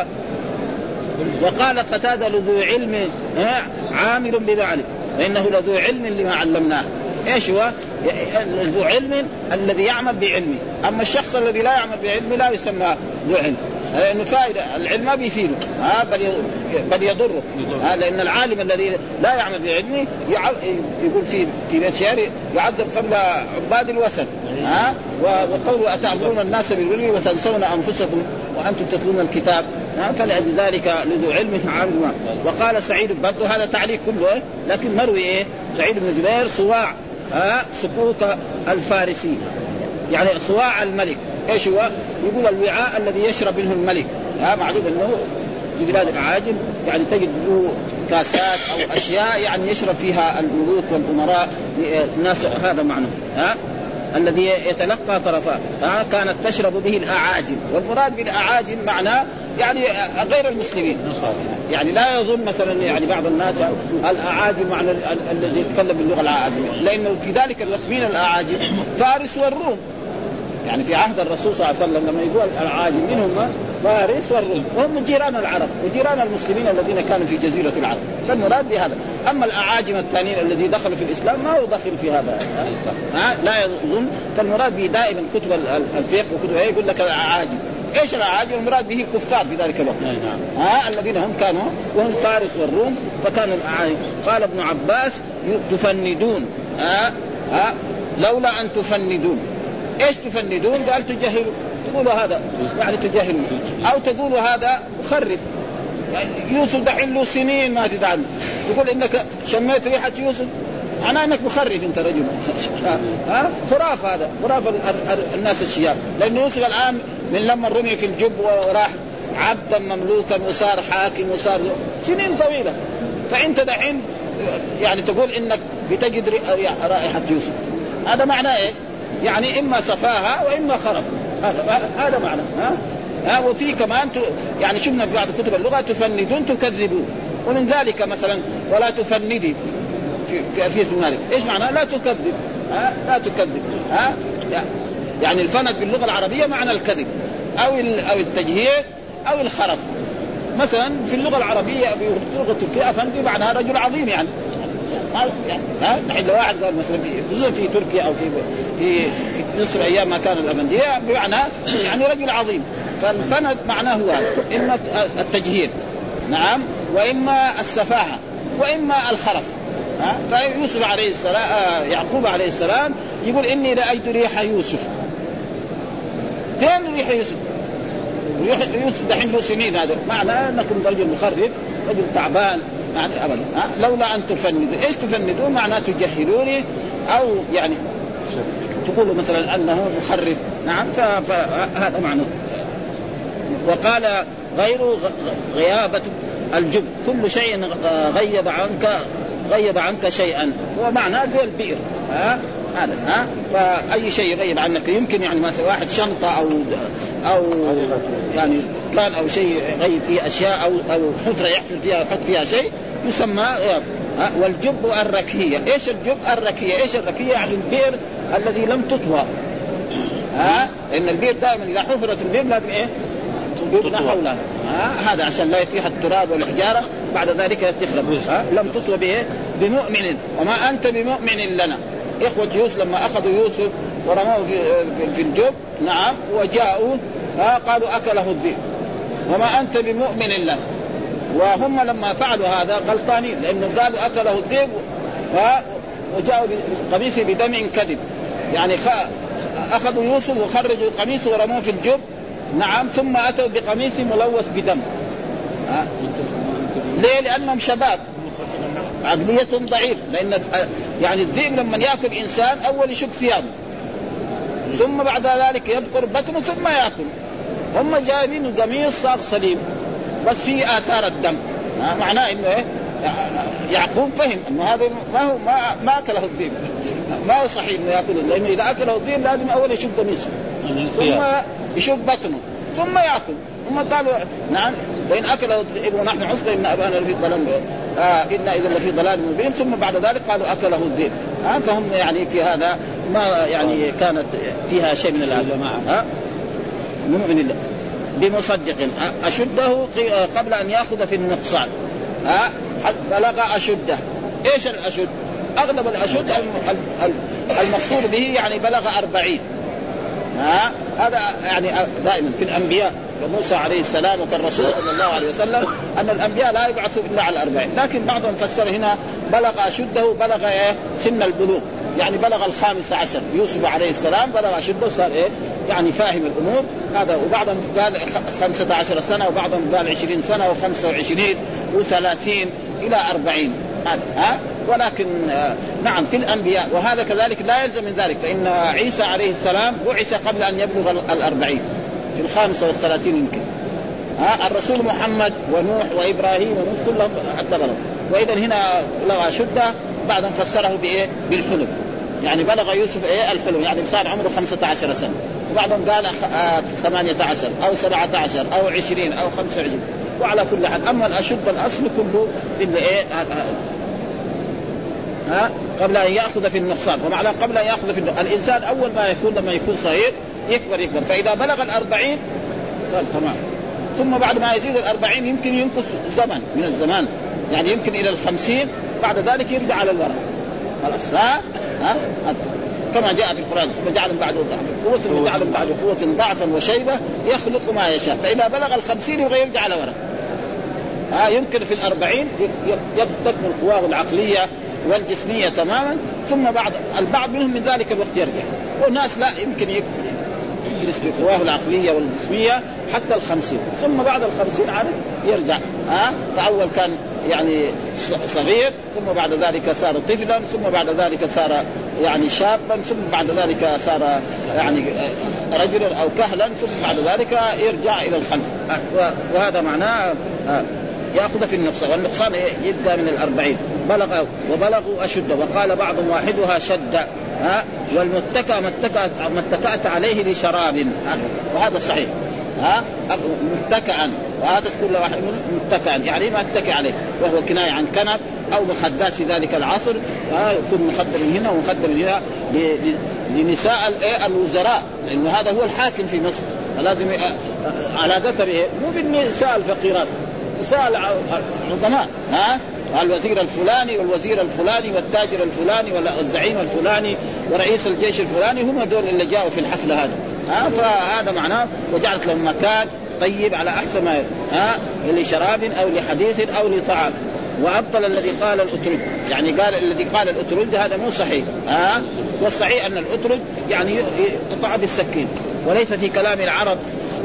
وقال قتادة لذو علم عامل بما علم، وإنه لذو علم لما علمناه. ايش هو؟ ذو علم الذي يعمل بعلمه، اما الشخص الذي لا يعمل بعلمه لا يسمى ذو علم، لانه فائده العلم ما بيفيده، ها بل بل يضره. ها لان العالم الذي لا يعمل بعلمه يقول في في بيت شعر يعذب قبل عباد الوثن. ها وقولوا اتأمرون الناس بالبر وتنسون انفسكم وانتم تتلون الكتاب، فلذلك لذو علم عالم. وقال سعيد برضه، هذا تعليق كله لكن مروي ايه سعيد بن جبير صواع ها سكوك الفارسي، يعني صواع الملك. ايش هو؟ يقول الوعاء الذي يشرب منه الملك. ها معلوم انه في بلاد الاعاجم يعني تجد له كاسات او اشياء يعني يشرب فيها الملوك والامراء الناس، هذا معنى ها الذي يتلقى طرفا. ها كانت تشرب به الاعاجم، والمراد بالاعاجم معناه يعني غير المسلمين، يعني لا يظن مثلا يعني بعض الناس الاعاجم معنى الذي يتكلم باللغه العربيه، لانه في ذلك الوقت من الاعاجم فارس والروم، يعني في عهد الرسول صلى الله عليه وسلم لما يقول الاعاجم منهم فارس والروم، وهم جيران العرب وجيران المسلمين الذين كانوا في جزيره العرب، فالمراد بهذا. اما الاعاجم الثانيين الذي دخلوا في الاسلام ما هو داخل في هذا، ها لا يظن. فالمراد به دائما كتب الفقه وكتب ايه يقول لك الاعاجم. ايش الاعاجم؟ المراد به الكفار في ذلك الوقت، ها الذين هم كانوا وهم فارس والروم، فكانوا الاعاجم. قال ابن عباس تفندون، ها ها لولا ان تفندون. ايش تفندون؟ قال تجهلوا، تقولوا هذا يعني تجهلوا، او تقولوا هذا مخرف. يعني يوسف دحين له سنين ما تدعم، تقول انك شميت ريحه يوسف، أنا انك مخرف انت رجل. ها خراف، هذا خراف الناس الشياب، لأن يوسف الآن من لما رمي في الجب وراح عبدا مملوكا وصار حاكم وصار سنين طويلة، فأنت دحين يعني تقول إنك بتجد رائحة يوسف، هذا معناه إيه؟ يعني إما صفاها وإما خرف، هذا هذا معنى. ها ها وفي كمان يعني شفنا في بعض كتب اللغة تفندون تكذبون، ومن ذلك مثلا ولا تفندي في في ألفية مالك إيش معناه؟ لا تكذب، ها لا تكذب، ها يعني الفند باللغة العربية معنى الكذب أو أو التجهيل أو الخرف. مثلا في اللغة العربية في اللغة التركية أفندي معناها رجل عظيم يعني، ها الحين لو واحد قال مثلا في في تركيا أو في في في مصر أيام ما كان الأفندية بمعنى يعني رجل عظيم. فالفند معناه هو إما التجهيل نعم وإما السفاهة وإما الخرف. ها فيوسف عليه السلام يعقوب عليه السلام يقول إني لأجد ريح يوسف. فين ريح يوسف؟ يوسف دحين له سنين، هذا معناه أنكم رجل مخرف رجل تعبان يعني أبدا. ها لولا أن تفندوا، إيش تفندوا؟ معناه تجهلوني أو يعني تقولوا مثلا أنه مخرف. نعم فهذا معنى. وقال غير غيابة الجب كل شيء غيب عنك غيب عنك شيئا، ومعناه زي البئر. ها هذا ها فأي شيء يغيب عنك يمكن يعني مثلا واحد شنطة أو أو يعني كان أو شيء يغيب فيه أشياء أو أو حفرة يحفر فيها يحط فيها شيء يسمى غياب. والجب الركية. إيش الجب الركية؟ إيش الركية؟ يعني البئر الذي لم تطوى. ها إن البئر دائما إذا حفرت البئر لازم إيه تطوى حولها. ها هذا عشان لا يطيح التراب والحجارة بعد ذلك تخرب. لم تطوى به بمؤمن وما أنت بمؤمن لنا. إخوة يوسف لما أخذوا يوسف ورموه في, في الجب نعم وجاءوا قالوا أكله الذئب وما أنت بمؤمن لنا، وهم لما فعلوا هذا غلطانين لأنه قالوا أكله الذئب وجاءوا بقميصه بدم كذب. يعني أخذوا يوسف وخرجوا قميصه ورموه في الجب نعم ثم أتوا بقميصه ملوث بدم. ها؟ ليه؟ لأنهم شباب عقلية ضعيف. لأن يعني الذئب لما يأكل إنسان أول يشك ثيابه ثم بعد ذلك يبقر بطنه ثم يأكل. هم جايبين القميص صار سليم بس فيه آثار الدم. معناه إنه إيه؟ يعقوب فهم إنه هذا ما هو ما ما أكله الذئب، ما هو صحيح إنه يأكله، لأنه إذا أكله الذئب لازم أول يشوف قميصه ثم يشوف بطنه ثم يأكل. هم قالوا نعم وإن أكله الذئب ونحن عصبة إن أبانا لفي ضلال آه إن إذا لفي ضلال مبين. ثم بعد ذلك قالوا أكله الذئب. آه فهم يعني في هذا ما يعني كانت فيها شيء من العلم. آه مؤمن الله بمصدق أشده قبل أن يأخذ في النقصان. ها بلغ أشده. إيش الأشد؟ أغلب الأشد المقصود به يعني بلغ أربعين. ها هذا يعني دائما في الأنبياء موسى عليه السلام وكالرسول صلى الله عليه وسلم أن الأنبياء لا يبعثوا إلا على الأربعين، لكن بعضهم فسر هنا بلغ أشده بلغ إيه سن البلوغ، يعني بلغ الخامس عشر. يوسف عليه السلام بلغ أشده صار إيه يعني فاهم الأمور هذا. وبعضهم قال خمسة عشر سنة وبعضهم قال عشرين سنة وخمسة وعشرين وثلاثين إلى أربعين. ها ولكن نعم في الأنبياء. وهذا كذلك لا يلزم من ذلك، فإن عيسى عليه السلام بعث قبل أن يبلغ الأربعين في الخامسة والثلاثين يمكن. ها الرسول محمد ونوح وإبراهيم ونوح كلهم حتى بلغ. وإذا هنا بلغ أشده بعدهم فسره بإيه بالحلم، يعني بلغ يوسف إيه الحلم يعني صار عمره خمسة عشر سنة. وبعضهم قال ثمانية عشر أو سبعة عشر أو عشرين أو خمسة وعشرين. وعلى كل حال أما الأشد الأصل كله في الإيه ها قبل أن يأخذ في النقصان. ومعنى قبل أن يأخذ في النقصان الإنسان أول ما يكون لما يكون صغير يكبر يكبر، فإذا بلغ الأربعين قال تمام. ثم بعد ما يزيد الأربعين يمكن ينقص زمن من الزمان، يعني يمكن إلى الخمسين بعد ذلك يرجع على الورق خلاص. ها ها كما جاء في القرآن وجعلهم بعد ضعف قوة وجعلهم بعد قوة ضعفا وشيبة يخلق ما يشاء. فإذا بلغ الخمسين يبغى يرجع على ورق. ها يمكن في الأربعين تكمل قواه العقلية والجسمية تماما. ثم بعد البعض منهم من ذلك الوقت يرجع، والناس لا يمكن يجلس بقواه العقلية والجسمية حتى الخمسين. ثم بعد الخمسين عارف يرجع. ها فأول كان يعني صغير ثم بعد ذلك صار طفلا ثم بعد ذلك صار يعني شابا ثم بعد ذلك صار يعني رجلا أو كهلا ثم بعد ذلك يرجع إلى الخلف. وهذا معناه يأخذ في النقصان. والنقصان يبدأ من الأربعين بلغ وبلغوا أشد. وقال بعض واحدها شد. ها والمتكى ما اتكأت عليه لشراب، وهذا صحيح. ها متكئا، وآتت كل واحد متكئا يعني ما اتكئ عليه، وهو كناية عن كنب أو مخدات في ذلك العصر، يكون مخدر من هنا ومخدر من هنا لنساء الوزراء، لأنه هذا هو الحاكم في مصر، لازم علاقته به مو بالنساء الفقيرات، نساء العظماء، ها الوزير الفلاني والوزير الفلاني والتاجر الفلاني والزعيم الفلاني ورئيس الجيش الفلاني، هم دول اللي جاءوا في الحفلة هذا. ها فهذا معناه وجعلت لهم مكان طيب على أحسن ما ها لشراب أو لحديث أو لطعام. وأبطل الذي قال الأترج، يعني قال الذي قال الأترج هذا مو صحيح، ها والصحيح أن الأترج يعني قطع بالسكين، وليس في كلام العرب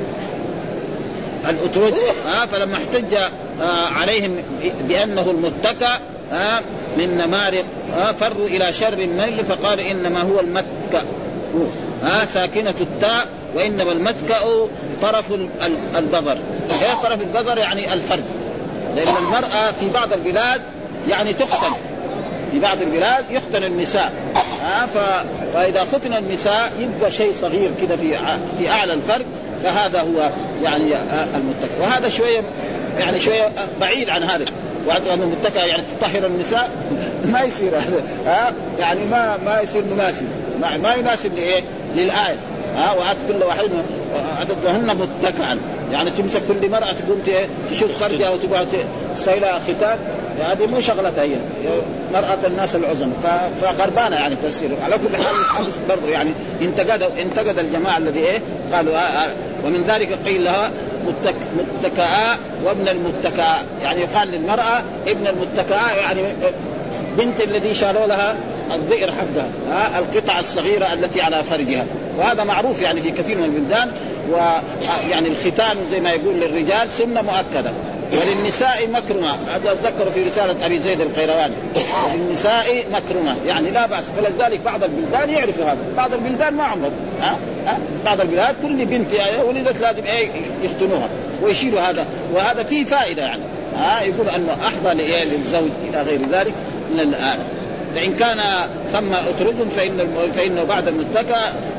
الأترج. ها فلما احتج عليهم بأنه المتكى من نمارق فروا إلى شر الميل فقال إنما هو المتكى ها ساكنة التاء، وإنما المتكأ طرف البذر. ايه طرف البذر؟ يعني الفرد، لأن المرأة في بعض البلاد يعني تختن، في بعض البلاد يختن النساء، ها فإذا ختن النساء يبقى شيء صغير كده في في أعلى الفرد، فهذا هو يعني المتكأ. وهذا شوية يعني شوية بعيد عن هذا، وأنه المتكأ يعني تطهر النساء ما يصير هذا، ها يعني ما ما يصير مناسب، ما, ما يناسب لإيه للآية. ها وعاد كل واحد عددهن متكئا، يعني تمسك كل مرأة تقوم تشوف خرجها وتقعد سيلها ختان، هذه مو شغلتها هي مرأة الناس العظم، فخربانة يعني تسير. على كل حال الحدث برضه يعني انتقد انتقد الجماعة الذي ايه قالوا آه آه. ومن ذلك قيل لها متك متكئاء وابن المتكئاء، يعني يقال للمرأة ابن المتكئاء يعني بنت الذي شالوا لها الذئر حقها، ها القطع الصغيرة التي على فرجها. وهذا معروف يعني في كثير من البلدان. ويعني الختان زي ما يقول للرجال سنة مؤكدة، وللنساء مكرمة، هذا ذكر في رسالة أبي زيد القيرواني، وللنساء مكرمة يعني لا بأس. فلذلك بعض البلدان يعرف هذا، بعض البلدان ما عمرهم، ها ها بعض البلاد كل بنت ولدت لازم ايه يختنوها ويشيلوا هذا، وهذا فيه فائدة يعني، ها يقول أنه أحظى للزوج إلى غير ذلك من الآن. فإن كان ثم أترج فإن فإنه بعد المتكى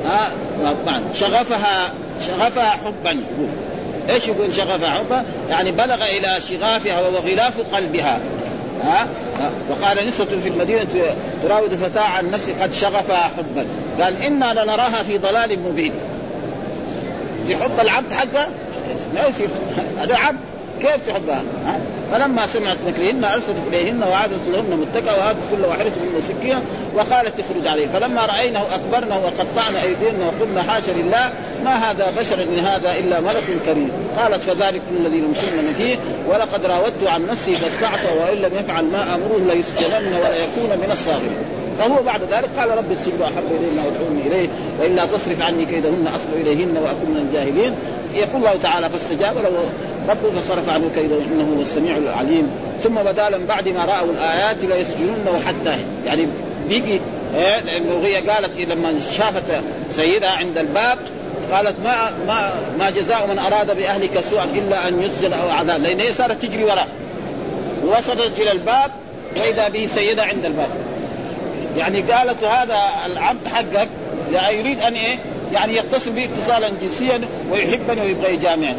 شغفها شغفها حبا. يقول ايش يقول شغفها حبا؟ يعني بلغ إلى شغافها وهو غلاف قلبها. ها وقال نسوة في المدينة تراود فتاة عن نفسه قد شغفها حبا، قال إنا لنراها في ضلال مبين. في حب العبد حقه ما يصير، هذا عبد كيف تحبها؟ فلما سمعت مكرهن أرسلت إليهن وعادت لهن متكئا وآتت كل واحدة منهن سكينا وقالت اخرج عليه. فلما رأينه أكبرنه وقطعن أيديهن وقلنا حاشا لله ما هذا بشر إن هذا إلا ملك كريم. قالت فذلك الذي لمسنن فيه ولقد راودت عن نفسي فاستعصى وإن لم يفعل ما أمره ليسجنن ولا يكون من الصاغرين. فهو بعد ذلك قال رب السجن أحب إلينا وادعوني إليه وإلا تصرف عني كيدهن أصب إليهن وأكون من الجاهلين. يقول الله تعالى فاستجاب له ربه فصرف عنه كيده إنه هو السميع العليم. ثم بدا لهم بعد ما رأوا الآيات ليسجننه حتى يعني بيجي إيه لأنه هي قالت إيه لما شافت سيدها عند الباب قالت ما ما ما جزاء من أراد بأهلك سوءا إلا أن يسجن أو عذاب، لأن هي صارت تجري وراء ووصلت إلى الباب وإذا به سيدها عند الباب. يعني قالت هذا العبد حقك يعني يريد أن إيه يعني يتصل به اتصالا جنسيا ويحبني ويبغى يجامعني.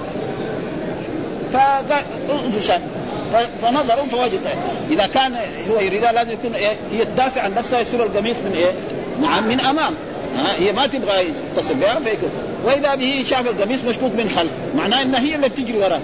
فقال فنظروا فوجد إذا كان هو يريدها لازم يكون إيه هي تدافع عن نفسها يصير القميص من إيه نعم من أمام، هي ما تبغى يتصل بها فيكون. وإذا به شاف القميص مشدود من خلف معناه إن هي اللي بتجري وراه.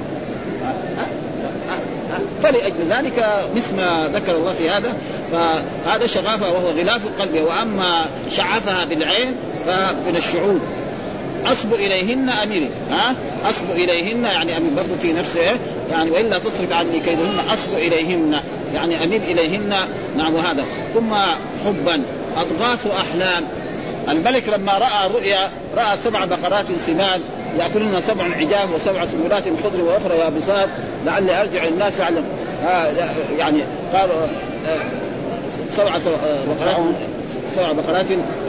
فلأجل ذلك مثل ما ذكر الله في هذا فهذا شغافها وهو غلاف قلبه. وأما شعفها بالعين فمن الشعوب أصب إليهن أميري، ها أصب إليهن يعني أمير برضو في نفسه يعني وإلا تصرف عني كيدهن أصب إليهن يعني أمير إليهن. نعم وهذا. ثم حبا أضغاث أحلام. الملك لما رأى رؤيا رأى سبع بقرات سمان يأكلون سبع عجاف وسبع سنبلات خضر وأخرى يابسات لعلي أرجع الناس أعلم. يعني قالوا سبع بقرات سبع بقرات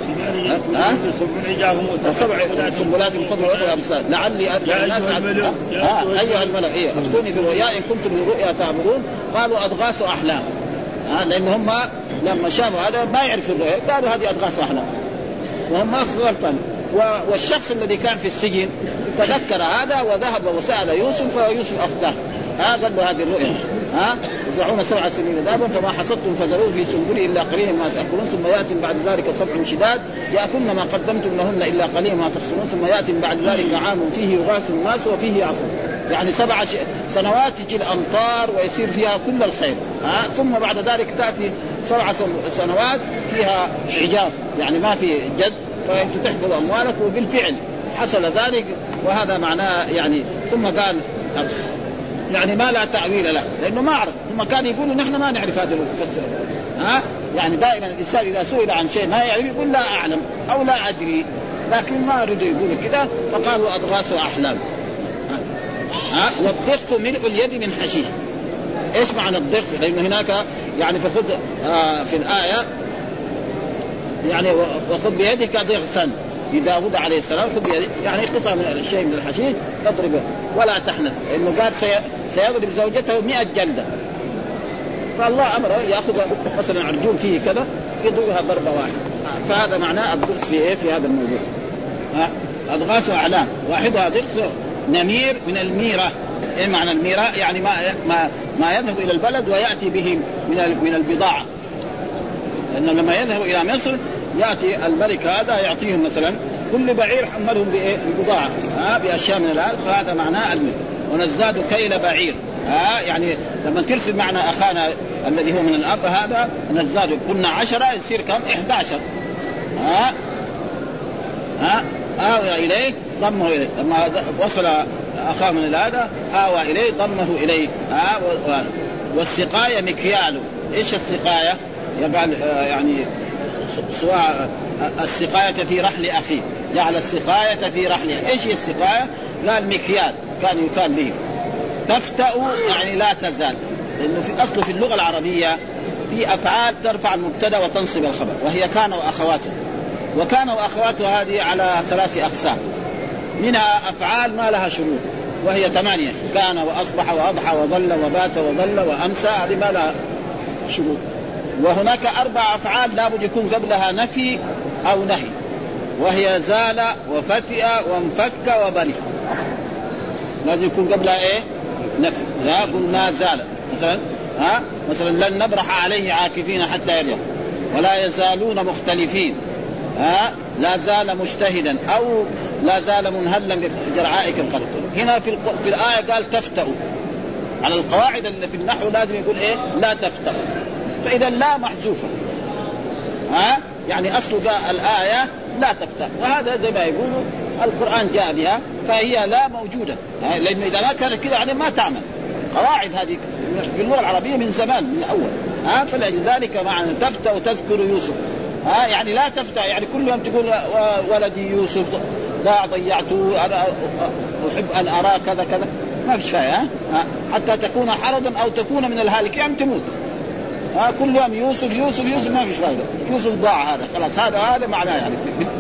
سبع سنبلات خضر وأخرى يابسات لعلي أرجع الناس أعلم. أيها الملك إيه أفتوني في الرؤيا إن كنتم بالرؤيا تعبرون. قالوا أضغاث أحلام، لأن هم لما شافوا هذا ما يعرفوا الرؤيا قالوا هذه أضغاث أحلام وهم ما غلطان. والشخص الذي كان في السجن تذكر هذا وذهب وسأل يوسف فيوسف أفتاه. ها قال له هذه الرؤيا ها يزرعون سبع سنين ذهبا فما حصدتم فذروه في سنبله إلا قليلا ما تأكلون ثم يأتي بعد ذلك سبع شداد يأكلن ما قدمتم لهن إلا قليلا ما تحصنون ثم يأتي بعد ذلك عام فيه يغاث الناس وفيه يعصر. يعني سبع سنوات تجي الأمطار ويصير فيها كل الخير ها ثم بعد ذلك تأتي سبع سنوات فيها عجاف يعني ما في جد فأنت تحفظ أموالك وبالفعل حصل ذلك. وهذا معناه يعني ثم قال يعني ما لا تعويل له لأنه ما عرف ثم كان يقولوا نحن ما نعرف هذا المفسر ها يعني دائما الإنسان إذا سئل عن شيء ما يعرف يقول لا أعلم أو لا أدري لكن ما ردوا يقولوا كذا فقالوا أضغاث أحلام. ها والضغط ملء اليد من حشيش. إيش معنى الضغط؟ لأنه هناك يعني فخذ آه في الآية يعني وخذ بيدك ضغثا لداود عليه السلام خذ بيدك يعني قطعة من الشيء من الحشيش تضربه ولا تحنث لأنه قال سيضرب زوجته مئة جلدة فالله أمره يأخذ مثلا عرجون فيه كذا يضربها ضربة واحدة. فهذا معناه الضغط في إيه في هذا الموضوع. ها أضغاث أعلام واحدها ضغط نمير من الميرة. إيه معنى الميرة؟ يعني ما ما ما يذهب إلى البلد ويأتي به من من البضاعة. لأنه لما يذهب إلى مصر يأتي الملك هذا يعطيهم مثلا كل بعير حملهم ببضاعة ها بأشياء من الآن فهذا معناه المير. ونزداد كيل بعير ها يعني لما ترسل معنا أخانا الذي هو من الأب هذا نزداد كنا عشرة يصير كم إحدى عشر ها ها آوى إليه ضمه إليه لما وصل أخاه من هذا آوى إليه ضمه إليه ها والسقاية مكياله. إيش السقاية؟ يقال يعني سواء السقاية في رحل أخيه جعل السقاية في رحله. إيش هي السقاية؟ قال مكيال كان يكال به. تفتأ يعني لا تزال لأنه في أصله في اللغة العربية في أفعال ترفع المبتدأ وتنصب الخبر وهي كان وأخواته. وكان وأخواته هذه على ثلاث أقسام منها أفعال ما لها شروط وهي ثمانية كان وأصبح وأضحى وظل وبات وظل وأمسى هذه ما لها شروط. وهناك أربع أفعال لابد يكون قبلها نفي أو نهي وهي زال وفتئ وانفك وبرئ. لازم يكون قبلها إيه نفي. لا قل ما زال مثلا ها مثلا لن نبرح عليه عاكفين حتى يرجع ولا يزالون مختلفين ها لا زال مجتهدا أو لا زال منهلا بجرعائك القلب. هنا في, في الآية قال تفتأ. على القواعد اللي في النحو لازم يقول إيه لا تفتأ. فإذا لا محذوفة ها يعني أصل الآية لا تفتأ وهذا زي ما يقولوا القرآن جاء بها فهي لا موجودة لأنه إذا ما كانت كذا يعني ما تعمل. قواعد هذه في اللغة العربية من زمان من الأول ها فلذلك معنى تفتأ وتذكر يوسف ها يعني لا تفتأ يعني كل يوم تقول ولدي يوسف لا ضيعته أنا أحب أن أرى كذا كذا ما فيش فايدة ها حتى تكون حرضا أو تكون من الهالك يعني تموت ها كل يوم يوسف يوسف يوسف ما فيش فايدة يوسف ضاع هذا خلاص هذا هذا معناه يعني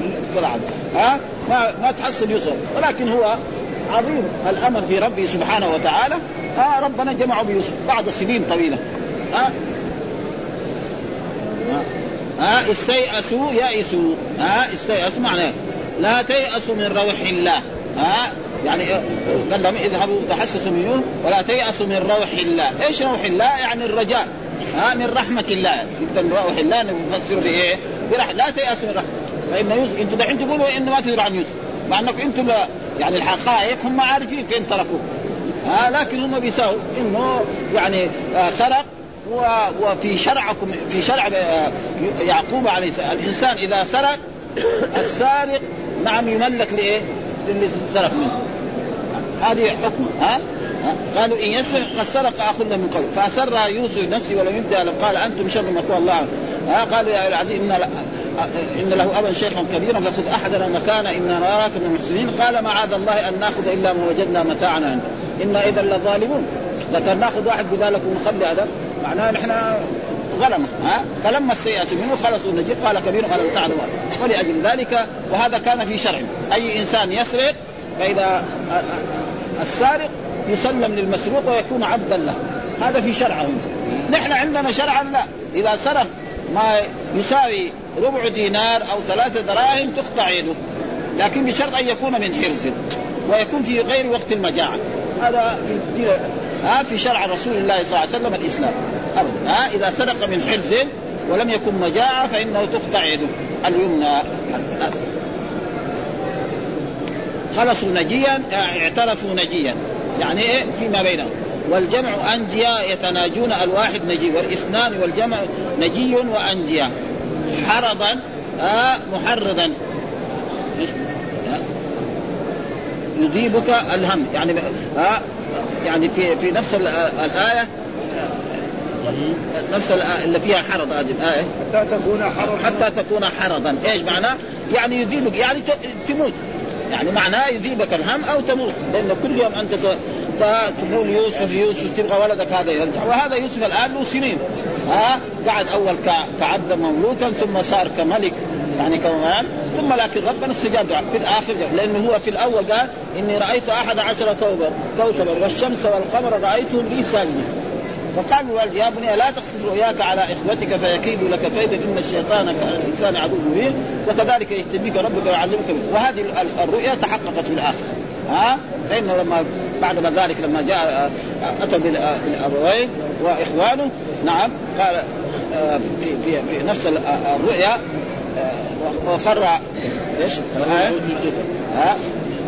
ها ما ما تحصل يوسف. ولكن هو عظيم الأمر في ربه سبحانه وتعالى ها ربنا جمعه بيوسف بعد سنين طويلة ها ها استيأسوا يأسوا ها استيأسوا معناه لا تيأسوا من روح الله ها يعني قال لهم اذهبوا تحسسوا من يوسف ولا تيأسوا من روح الله. ايش روح الله؟ يعني الرجاء ها من رحمة الله. يمكن روح الله نفسر بايه؟ برح لا تيأسوا من رحمة. فإن يوسف انتم دحين تقولوا انه ما تدروا عن يوسف مع انكم انتم يعني الحقائق هم عارفين فين تركوه ها لكن هم بيساووا انه يعني سرق وفي شرعكم في شرع يعقوب عليه السلام الإنسان إذا سرق السارق نعم يملك لإيه للي سرق منه. هذه حكم ها قالوا إن يسرق قد سرق أخذنا من قبل فأسرها يوسف نفسه ولم يبدأ قال أنتم شر مكوى الله ها قالوا يا العزيز إن إن له أبا شيخا كبيرا فخذ أحدنا مكان إن نراك من المحسنين قال معاذ الله أن نأخذ إلا ما وجدنا متاعنا عنده إنا إذا لظالمون. لكن نأخذ واحد بذلك ونخلي هذا معناه نحن ظلمه ها فلما استيأسوا منه خلصوا النجيب قال كبير قال تعالوا. ولأجل ذلك وهذا كان في شرع أي إنسان يسرق فإذا السارق يسلم للمسروق ويكون عبدا له. هذا في شرعهم. نحن عندنا شرعا لا إذا سرق ما يساوي ربع دينار أو ثلاثة دراهم تقطع يده لكن بشرط أن يكون من حرز ويكون في غير وقت المجاعة. هذا في ها في شرع رسول الله صلى الله عليه وسلم الإسلام أبدا. ها إذا سرق من حرز ولم يكن مجاعة فإنه تقطع يده اليمنى. خلصوا نجيا اعترفوا نجيا يعني إيه فيما بينهم. والجمع أنجيا يتناجون الواحد نجي والاثنان والجمع نجي وأنجيا. حرضا آه محرضا يذيبك الهم يعني آه يعني في في نفس الآية نفس اللي فيها حرض هذه الآية حتى تكون حرضا حتى تكون حرضا. إيش معناه؟ يعني يذيبك يعني تموت يعني معناه يذيبك الهم أو تموت. لأن كل يوم أنت تقول يوسف يوسف تبغى ولدك هذا يرجع. وهذا يوسف الآن له سنين ها قعد أول كعبد مملوكا ثم صار كملك يعني كمان ثم لكن ربنا استجاب في الآخر لأنه هو في الأول قال إني رأيت أحد عشر كوكبا والشمس والقمر رأيتهم لي ساجدين. فقال الوالد يا بني لا تقصص رؤياك على إخوتك فيكيدوا لك كيدا إن الشيطان كان الإنسان عدو مبين وكذلك يجتبيك ربك ويعلمك. وهذه الرؤيا تحققت في الآخر. ها فإنه لما بعد ما ذلك لما جاء أتى بالأبوين وإخوانه نعم قال في في في نفس الرؤيا وخر ايش ها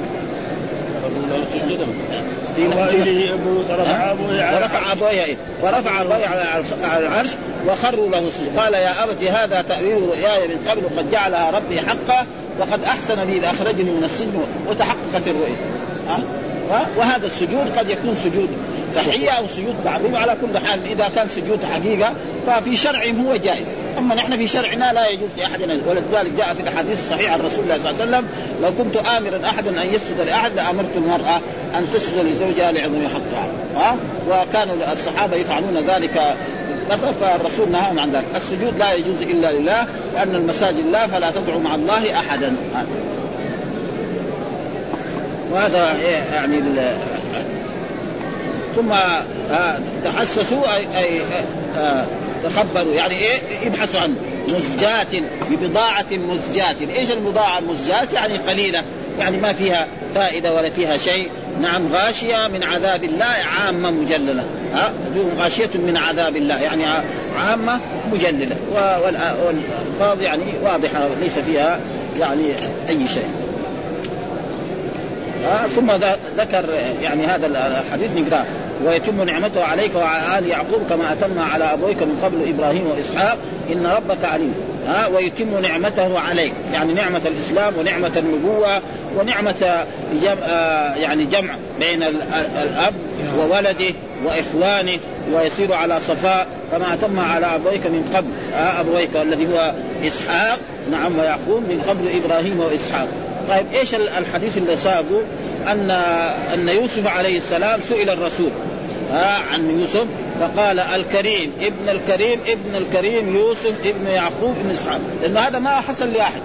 ورفع أبويه ورفع أبويه على العرش وخروا له سجدا. قال يا أبت هذا تأويل رؤياي من قبل قد جعلها ربي حقا وقد أحسن بي إذا أخرجني من السجن وتحققت الرؤيا. وهذا السجود قد يكون سجود تحية أو سجود تعظيم. على كل حال إذا كان سجود حقيقة ففي شرعهم هو جائز. أما نحن في شرعنا لا يجوز لأحدنا. ولذلك جاء في الحديث الصحيح عن رسول الله صلى الله عليه وسلم لو كنت آمرا أحدا أن يسجد لأحد لأمرت المرأة أن تسجد لزوجها لعظم حقها. ها وكانوا الصحابة يفعلون ذلك فالرسول نهاهم عن ذلك. السجود لا يجوز إلا لله وأن المساجد الله فلا تدعوا مع الله أحدا. وهذا يعني ثم تحسسوا أي, أي تخبروا يعني إيه يبحثوا عن مزجات ببضاعة مزجات. إيش البضاعة مزجات؟ يعني قليلة يعني ما فيها فائدة ولا فيها شيء. نعم غاشية من عذاب الله عامة مجللة. ها غاشية من عذاب الله يعني عامة مجللة. والفاظ يعني واضحة ليس فيها يعني أي شيء. آه ثم ذكر يعني هذا الحديث نقرأ ويتم نعمته عليك وعلى آل يعقوب كما أتم على أبويك من قبل إبراهيم وإسحاق إن ربك عليم. آه ويتم نعمته عليك يعني نعمة الإسلام ونعمة النبوة ونعمة جمع آه يعني جمع بين الأب وولده وإخوانه ويسير على صفاء كما أتم على أبويك من قبل آه أبويك الذي هو إسحاق نعم ويعقوب من قبل إبراهيم وإسحاق. طيب إيش الحديث اللي ساقوا أن أن يوسف عليه السلام سئل الرسول ها عن يوسف فقال الكريم ابن الكريم ابن الكريم يوسف ابن يعقوب ابن إسحاق. لأن هذا ما حصل لأحد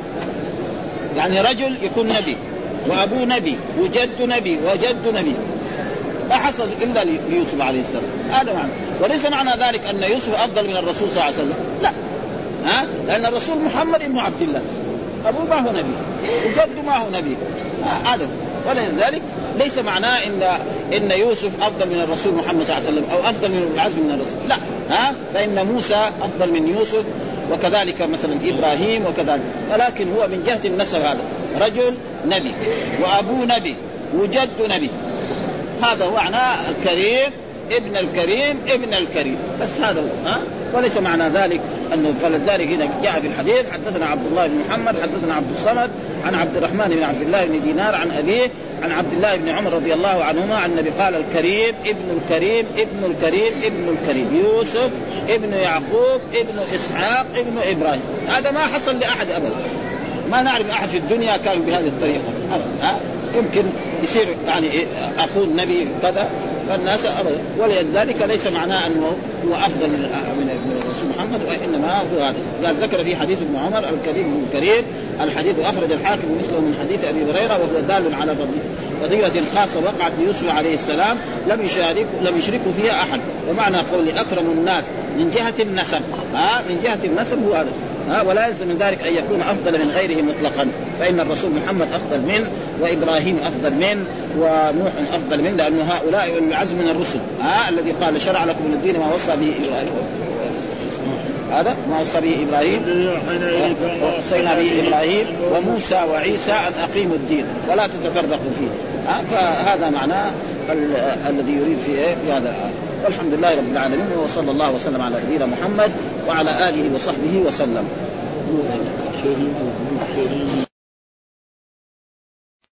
يعني رجل يكون نبي وأبوه نبي وجد نبي وجد نبي ما حصل إلا ليوسف عليه السلام. هذا معنى. وليس معنى ذلك أن يوسف أفضل من الرسول صلى الله عليه وسلم لا. ها لأن الرسول محمد ابن عبد الله أبوه ما هو نبي وجده ما هو نبي هذا. ولذلك ليس معناه إن إن يوسف أفضل من الرسول محمد صلى الله عليه وسلم أو أفضل من العزم من الرسول لا. ها فإن موسى أفضل من يوسف وكذلك مثلا إبراهيم وكذلك. ولكن هو من جهة النسب هذا رجل نبي وأبوه نبي وجد نبي. هذا هو معناه الكريم ابن الكريم ابن الكريم بس هذا هو. ها وليس معنى ذلك أنه فلذلك هنا جاء في الحديث حدثنا عبد الله بن محمد حدثنا عبد الصمد عن عبد الرحمن بن عبد الله بن دينار عن أبيه عن عبد الله بن عمر رضي الله عنهما عن النبي قال الكريم ابن الكريم ابن الكريم ابن الكريم يوسف ابن يعقوب ابن إسحاق ابن إبراهيم. هذا ما حصل لأحد أبدا. ما نعرف أحد في الدنيا كان بهذه الطريقة. ها يمكن يصير يعني أخو النبي كذا فالناس أبدا. ولذلك ليس معناه أنه هو أفضل من الرسول محمد وإنما هو هذا. قال ذكر في حديث ابن عمر الكريم ابن الكريم. الحديث أخرج الحاكم مثله من حديث أبي هريرة وهو دال على فضيلة خاصة وقعت ليوسف عليه السلام لم يشارك لم يشركوا فيها أحد. ومعنى قول أكرم الناس من جهة النسب ها من جهة النسب هو هذا. ها ولا يلزم من ذلك أن يكون أفضل من غيره مطلقا، فإن الرسول محمد أفضل منه، وإبراهيم أفضل منه، ونوح أفضل منه، لأن هؤلاء أولي العزم من الرسل. ها الذي قال شرع لكم من الدين ما وصى به إبراهيم، هذا ما وصى به إبراهيم ووصينا به إبراهيم وموسى وعيسى أن أقيموا الدين ولا تتفرقوا فيه. فهذا معناه الذي يريد في هذا. والحمد لله رب العالمين، وصلى الله وسلم على نبينا محمد وعلى آله وصحبه وسلم.